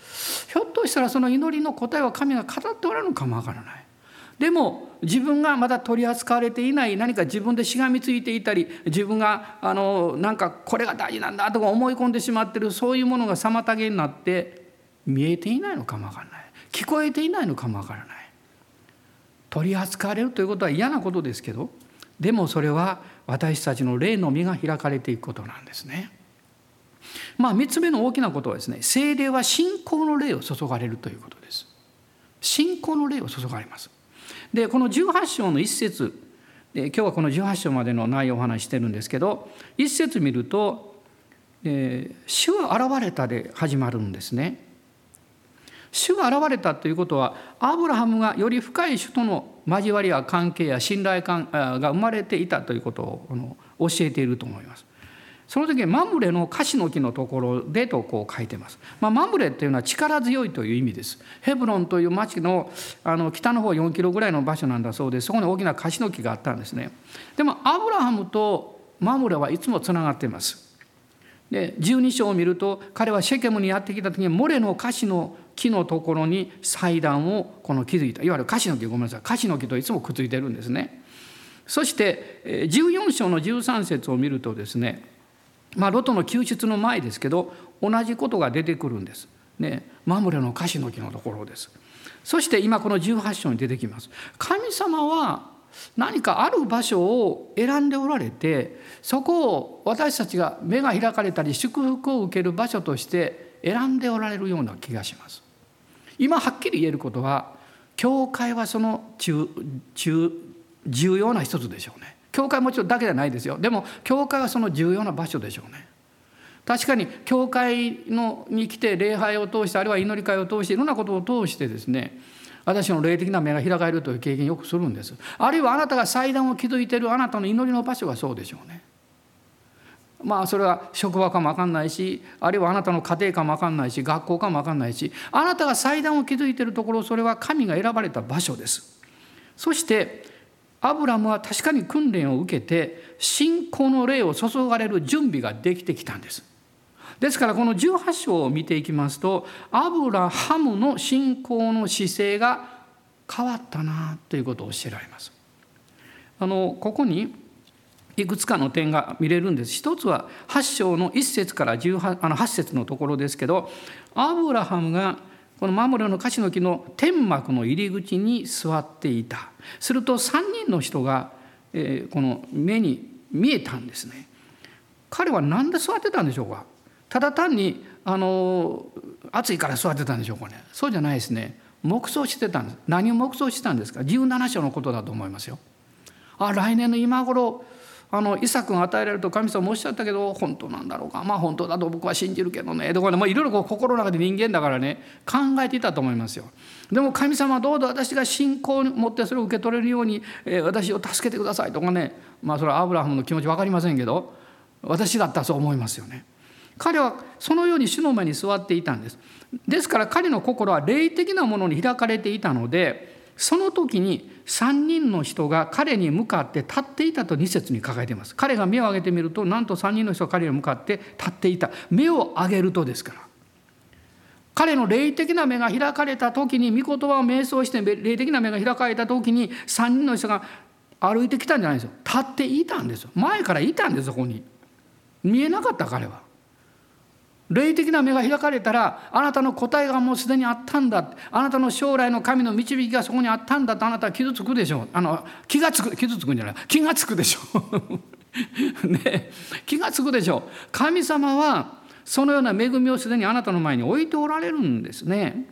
ひょっとしたらその祈りの答えは神が語っておられるのかもわからない。でも自分がまだ取り扱われていない何か自分でしがみついていたり、自分があのなんかこれが大事なんだとか思い込んでしまっている、そういうものが妨げになって見えていないのかもわからない、聞こえていないのかもわからない。取り扱われるということは嫌なことですけど、でもそれは私たちの霊の目が開かれていくことなんですね。まあみっつめの大きなことはですね、聖霊は信仰の霊を注がれるということです。信仰の霊を注がれます。でこのじゅうはち章の一節で、今日はこのじゅうはち章までの内容をお話ししてるんですけど、一節見ると「えー、主は現れた」で始まるんですね。主が現れたということは、アブラハムがより深い主との交わりや関係や信頼感が生まれていたということを教えていると思います。その時マムレの樫の木のところでとこう書いてます。まあ、マムレっていうのは力強いという意味です。ヘブロンという町 の, あの北の方よんキロぐらいの場所なんだそうです。そこに大きな樫の木があったんですね。でもアブラハムとマムレはいつもつながっています。でじゅうに章を見ると、彼はシェケムにやってきた時にモレの樫の木のところに祭壇をこの築いた。いわゆる樫の木、ごめんなさい、樫の木といつもくっついてるんですね。そしてじゅうよん章のじゅうさん節を見るとですね、まあ、ロトの救出の前ですけど同じことが出てくるんです、ね、マムレの樫の木のところです。そして今このじゅうはち章に出てきます。神様は何かある場所を選んでおられて、そこを私たちが目が開かれたり祝福を受ける場所として選んでおられるような気がします。今はっきり言えることは、教会はその中中重要な一つでしょうね。教会もちろんだけじゃないですよ。でも教会はその重要な場所でしょうね。確かに教会のに来て礼拝を通して、あるいは祈り会を通して、いろんなことを通してですね、私の霊的な目が開かれるという経験をよくするんです。あるいはあなたが祭壇を築いているあなたの祈りの場所がそうでしょうね。まあそれは職場かも分かんないし、あるいはあなたの家庭かも分かんないし、学校かも分かんないし、あなたが祭壇を築いているところ、それは神が選ばれた場所です。そしてアブラムは確かに訓練を受けて信仰の霊を注がれる準備ができてきたんです。ですからこのじゅうはち章を見ていきますと、アブラハムの信仰の姿勢が変わったなということを教えられます。あのここにいくつかの点が見れるんです。一つははち章のいち節からじゅうはちあのはち節のところですけど、アブラハムがこのマムレの樫の木の天幕の入り口に座っていた。するとさんにんの人が、えー、この目に見えたんですね。彼は何で座ってたんでしょうか。ただ単にあの暑いから座ってたんでしょうかね。そうじゃないですね。黙想してたんです。何を黙想してたんですか。じゅうなな章のことだと思いますよ。あ、来年の今頃あのイサクが与えられると神様もおっしゃったけど、本当なんだろうか、まあ本当だと僕は信じるけどねとかね、もういろいろこう心の中で人間だからね考えていたと思いますよ。でも神様はどうぞ私が信仰を持ってそれを受け取れるように、えー、私を助けてくださいとかね、まあそれはアブラハムの気持ち分かりませんけど、私だったらそう思いますよね。彼はそのように主の前に座っていたんです。ですから彼の心は霊的なものに開かれていたので、その時にさんにんの人が彼に向かって立っていたとに節に書かれています。彼が目を上げてみると、なんとさんにんの人が彼に向かって立っていた。目を上げるとですから、彼の霊的な目が開かれた時に、御言葉を瞑想して霊的な目が開かれた時にさんにんの人が歩いてきたんじゃないですよ。立っていたんですよ。前からいたんです。そこに見えなかった。彼は霊的な目が開かれたら、あなたの答えがもうすでにあったんだ、あなたの将来の神の導きがそこにあったんだと、あなたは傷つくでしょう。あの気がつく傷つくんじゃない気がつくでしょう、ね、気がつくでしょう。神様はそのような恵みをすでにあなたの前に置いておられるんですね。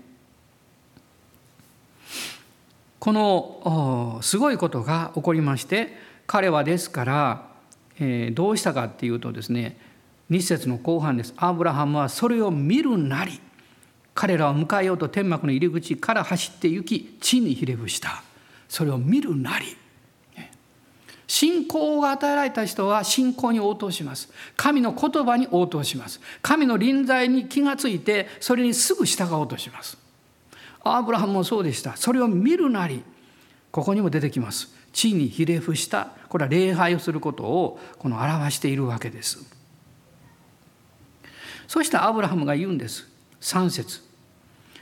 このすごいことが起こりまして、彼はですから、えー、どうしたかっていうとですね、に節の後半です。アブラハムはそれを見るなり、彼らを迎えようと天幕の入り口から走って行き、地にひれ伏した。それを見るなり、信仰が与えられた人は信仰に応答します。神の言葉に応答します。神の臨在に気がついて、それにすぐ従おうとします。アブラハムもそうでした。それを見るなり、ここにも出てきます。地にひれ伏した。これは礼拝をすることをこの表しているわけです。そしてアブラハムが言うんです。さん節。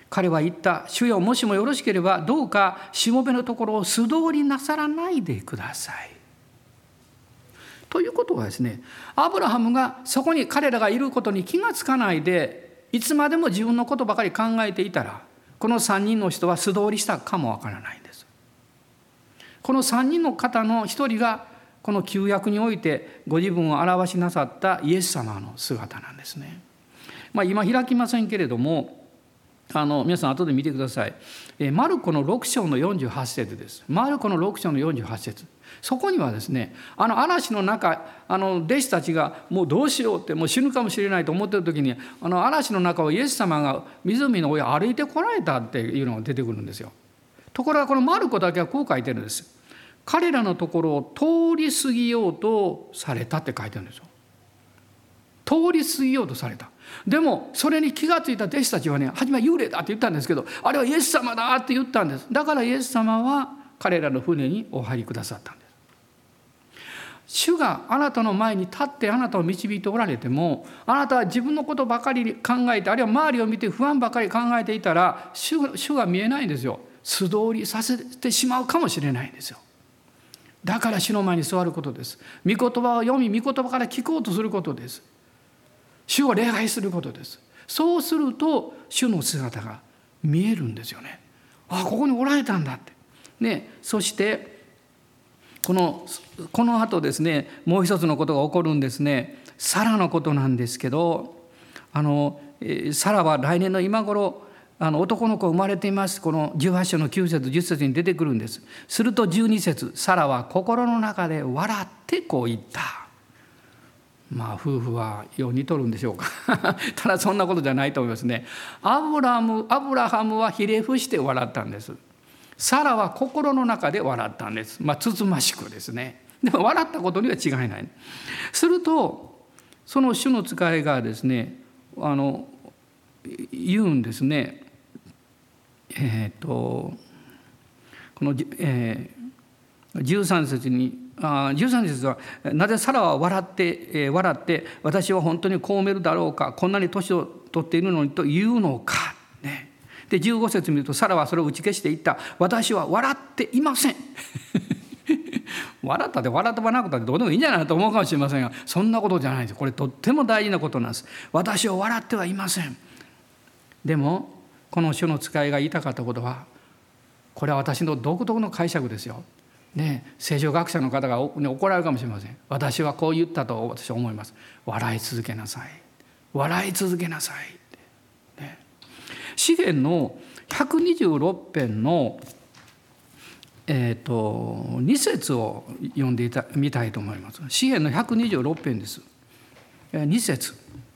彼は言った。主よ、もしもよろしければどうかしもべのところを素通りなさらないでください。ということはですね、アブラハムがそこに彼らがいることに気がつかないでいつまでも自分のことばかり考えていたら、このさんにんの人は素通りしたかもわからないんです。このさんにんの方の一人がこの旧約においてご自分を表しなさったイエス様の姿なんですね。まあ、今開きませんけれども、あの皆さん後で見てください。えマルコのろく章のよんじゅうはち節です。マルコのろく章のよんじゅうはち節。そこにはですね、あの嵐の中、あの弟子たちがもうどうしようってもう死ぬかもしれないと思っている時に、あの嵐の中をイエス様が湖の上を歩いてこられたっていうのが出てくるんですよ。ところがこのマルコだけはこう書いてるんです。彼らのところを通り過ぎようとされたって書いてるんですよ。通り過ぎようとされた。でもそれに気がついた弟子たちはね、初めは幽霊だって言ったんですけど、あれはイエス様だって言ったんです。だからイエス様は彼らの船にお入りくださったんです。主があなたの前に立ってあなたを導いておられても、あなたは自分のことばかり考えて、あるいは周りを見て不安ばかり考えていたら、主が、主が見えないんですよ。素通りさせてしまうかもしれないんですよ。だから主の前に座ることです。御言葉を読み、御言葉から聞こうとすることです。主を礼拝することです。そうすると主の姿が見えるんですよね。ああ、ここにおられたんだって。ね、そしてこのこの後ですね、もう一つのことが起こるんですね。サラのことなんですけど、あのサラは来年の今頃あの男の子生まれています。このじゅうはち章のきゅう節じゅっ節に出てくるんです。するとじゅうに節、サラは心の中で笑ってこう言った。まあ夫婦はよう似とるんでしょうかただそんなことじゃないと思いますね。アブラムアブラハムはひれ伏して笑ったんです。サラは心の中で笑ったんです。まあつつましくですね。でも笑ったことには違いない。するとその主の使いがですね、あの言うんですね。えー、とこの、えー、じゅうさん節にあじゅうさん節はなぜサラは笑って、えー、笑って私は本当にこうめるだろうか、こんなに年を取っているのにと言うのか、ね、でじゅうご節見るとサラはそれを打ち消して言った。私は笑っていません笑ったって笑ってなくたってどうでもいいんじゃないかと思うかもしれませんが、そんなことじゃないです。これとっても大事なことなんです。私は笑ってはいません。でもこの主の使いが言いたかったことは、これは私の独特の解釈ですよ。ね、聖書学者の方が怒られるかもしれません。私はこう言ったと私は思います。笑い続けなさい。笑い続けなさい。ね、詩編のひゃくにじゅうろく編の、えー、とに節を読んでみたいと思います。詩編のひゃくにじゅうろく編です。に節。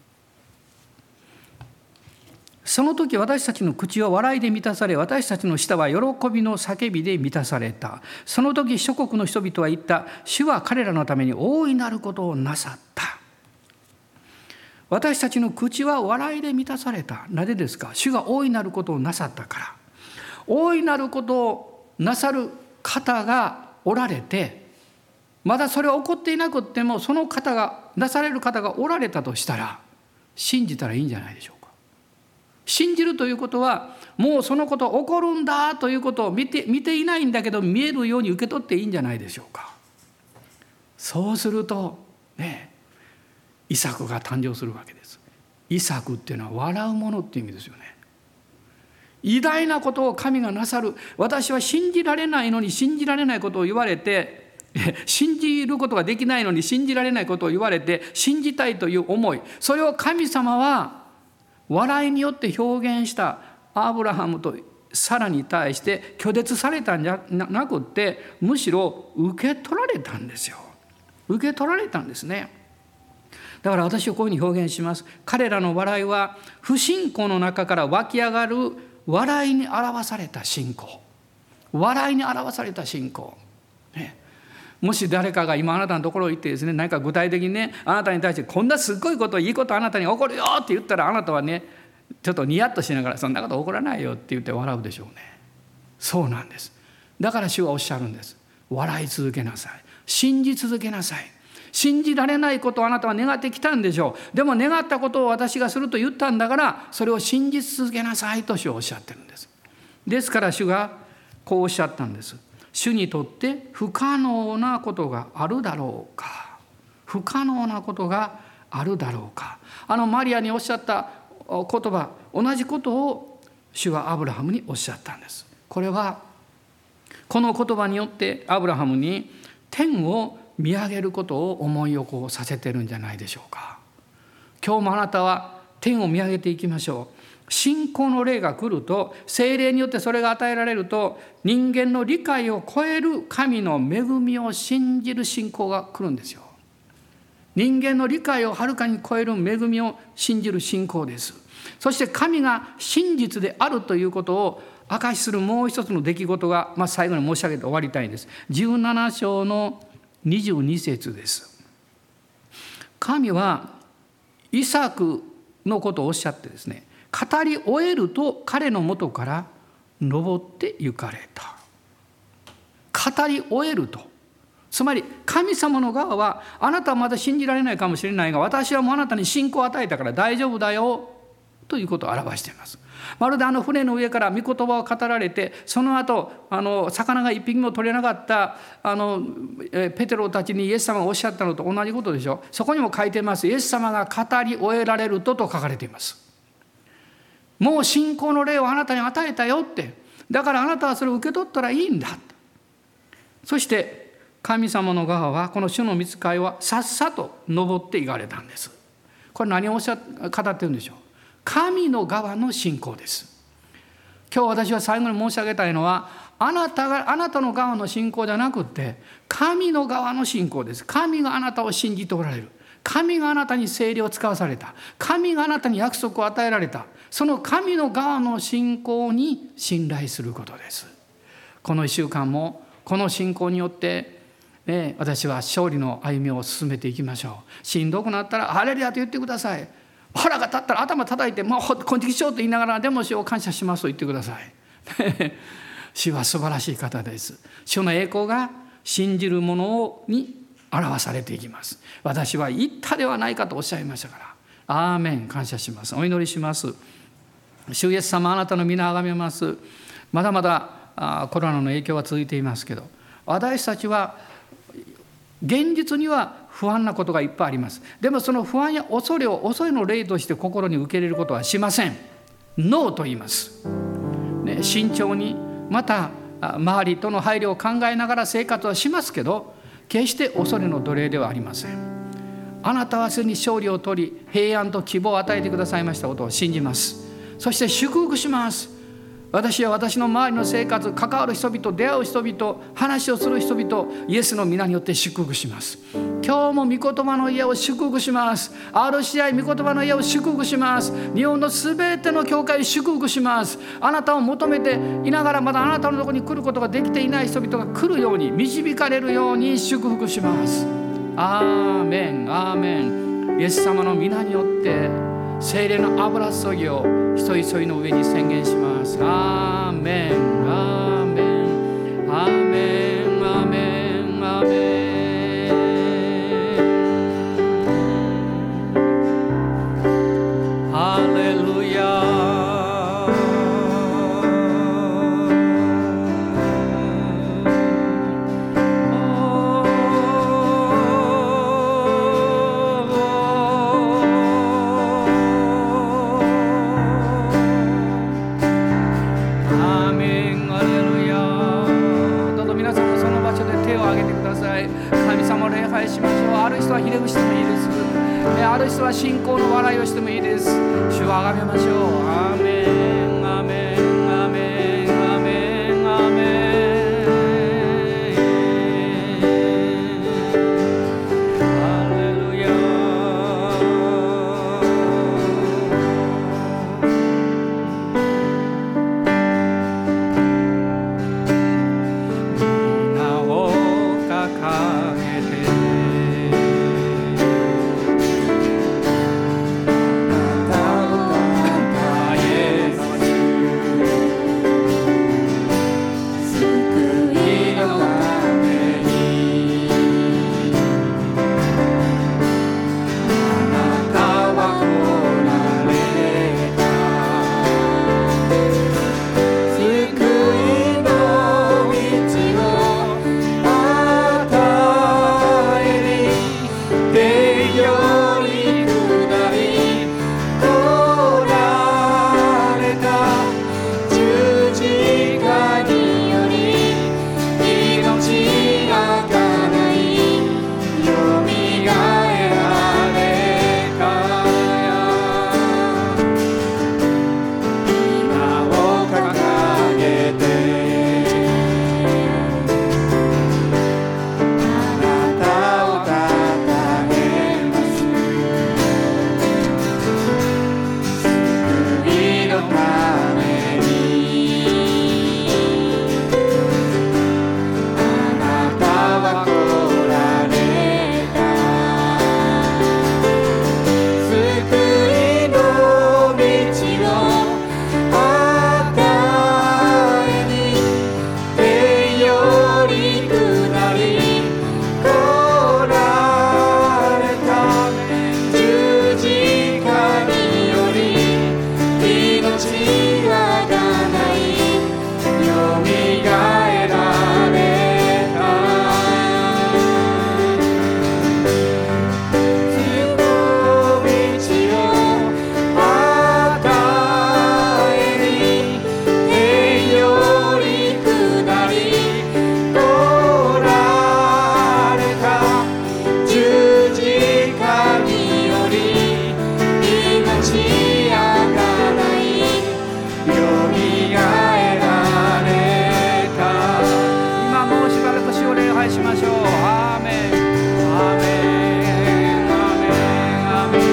その時私たちの口は笑いで満たされ、私たちの舌は喜びの叫びで満たされた。その時諸国の人々は言った。主は彼らのために大いなることをなさった。私たちの口は笑いで満たされた。なぜですか。主が大いなることをなさったから。大いなることをなさる方がおられて、まだそれは起こっていなくっても、その方がなされる方がおられたとしたら信じたらいいんじゃないでしょうか。信じるということは、もうそのこと起こるんだということを見て、見ていないんだけど見えるように受け取っていいんじゃないでしょうか。そうするとね、イサクが誕生するわけです。イサクっていうのは笑うものっていう意味ですよね。偉大なことを神がなさる。私は信じられないのに信じられないことを言われて、信じることができないのに信じられないことを言われて信じたいという思い、それを神様は笑いによって表現したアブラハムとサラに対して拒絶されたんじゃなくって、むしろ受け取られたんですよ。受け取られたんですね。だから私はこういうふうに表現します。彼らの笑いは不信仰の中から湧き上がる笑いに表された信仰。笑いに表された信仰。ね、もし誰かが今あなたのところに行ってですね、何か具体的にね、あなたに対してこんなすっごいこと、いいことあなたに起こるよって言ったら、あなたはね、ちょっとニヤッとしながら、そんなこと起こらないよって言って笑うでしょうね。そうなんです。だから主はおっしゃるんです。笑い続けなさい。信じ続けなさい。 信じられないことをあなたは願ってきたんでしょう。でも願ったことを私がすると言ったんだから、それを信じ続けなさいと主はおっしゃってるんです。ですから主がこうおっしゃったんです。主にとって不可能なことがあるだろうか。不可能なことがあるだろうか。あのマリアにおっしゃった言葉、同じことを主はアブラハムにおっしゃったんです。これはこの言葉によってアブラハムに天を見上げることを思い起こさせてるんじゃないでしょうか。今日もあなたは天を見上げていきましょう。信仰の霊が来ると、聖霊によってそれが与えられると、人間の理解を超える神の恵みを信じる信仰が来るんですよ。人間の理解をはるかに超える恵みを信じる信仰です。そして神が真実であるということを証しするもう一つの出来事が、まあ、最後に申し上げて終わりたいんです。じゅうなな章のにじゅうに節です。神はイサクのことをおっしゃってですね、語り終えると彼の元から登って行かれた。語り終えると、つまり神様の側は、あなたはまだ信じられないかもしれないが、私はもうあなたに信仰を与えたから大丈夫だよということを表しています。まるであの船の上から御言葉を語られて、その後あの魚が一匹も取れなかったあのペテロたちにイエス様がおっしゃったのと同じことでしょ。そこにも書いてます。イエス様が語り終えられるとと書かれています。もう信仰の霊をあなたに与えたよって、だからあなたはそれを受け取ったらいいんだ。そして神様の側は、この主の御使いはさっさと登っていかれたんです。これ何をおっしゃ語ってるんでしょう。神の側の信仰です。今日私は最後に申し上げたいのは、あなたがあなたの側の信仰じゃなくて、神の側の信仰です。神があなたを信じておられる。神があなたに聖霊を使わされた。神があなたに約束を与えられた。その神の側の信仰に信頼することです。このいっしゅうかんもこの信仰によって、ね、私は勝利の歩みを進めていきましょう。しんどくなったらハレルヤと言ってください。腹が立ったら頭叩いて、もうこんちきしようと言いながら、でも主を感謝しますと言ってください。主は素晴らしい方です。主の栄光が信じる者に表されていきます。私は言ったではないかとおっしゃいましたから、アーメン、感謝します。お祈りします。主イエス様、あなたの皆をあがめます。まだまだコロナの影響は続いていますけど、私たちは現実には不安なことがいっぱいあります。でもその不安や恐れを恐れの霊として心に受け入れることはしません。ノーと言います、ね、慎重に、また周りとの配慮を考えながら生活はしますけど、決して恐れの奴隷ではありません。あなたはすでに勝利を取り、平安と希望を与えてくださいましたことを信じます。そして祝福します。私は私の周りの生活、関わる人々、出会う人々、話をする人々、イエスの皆によって祝福します。今日も御言葉の家を祝福します。 アールシーアイ 御言葉の家を祝福します。日本のすべての教会を祝福します。あなたを求めていながら、まだあなたのところに来ることができていない人々が来るように、導かれるように祝福します。アーメン、アーメン。イエス様の皆によって聖霊の油注ぎを一人一人の上に宣言します。アーメン、アーメン、アーメン、アーメン、アーメン。ハレルヤ。ひれ伏してもいいです。ある人は信仰の笑いをしてもいいです。主をあがめましょう。アーメン、アーメン、アーメン、アーメン、アーメン。ハレルヤ。皆を掲げて「 ましょう。アーメンアーメンアーメンアーメン。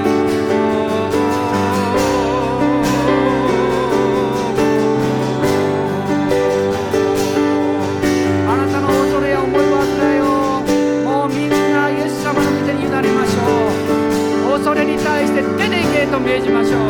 あなたの恐れや思い煩いをもうみんなイエス様の御手に委ねましょう。恐れに対して出ていけと命じましょう。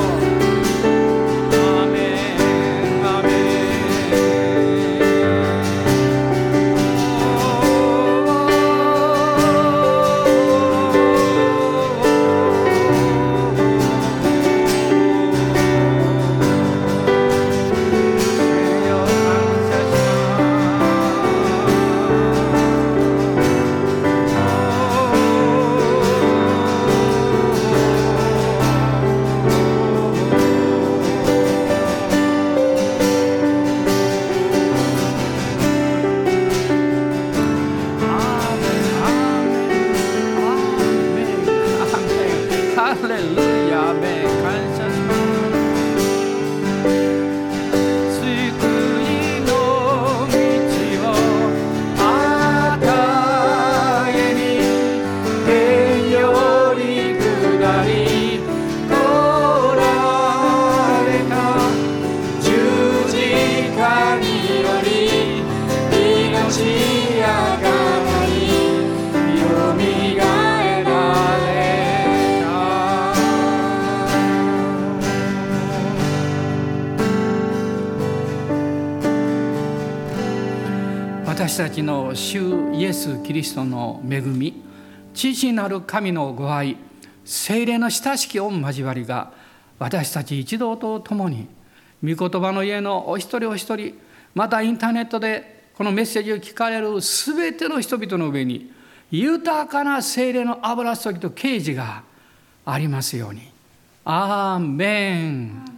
私たちの主イエス・キリストの恵み、父なる神のご愛、聖霊の親しき御交わりが私たち一同と共に、御言葉の家のお一人お一人、またインターネットでこのメッセージを聞かれるすべての人々の上に豊かな聖霊の油注ぎと啓示がありますように。アーメン。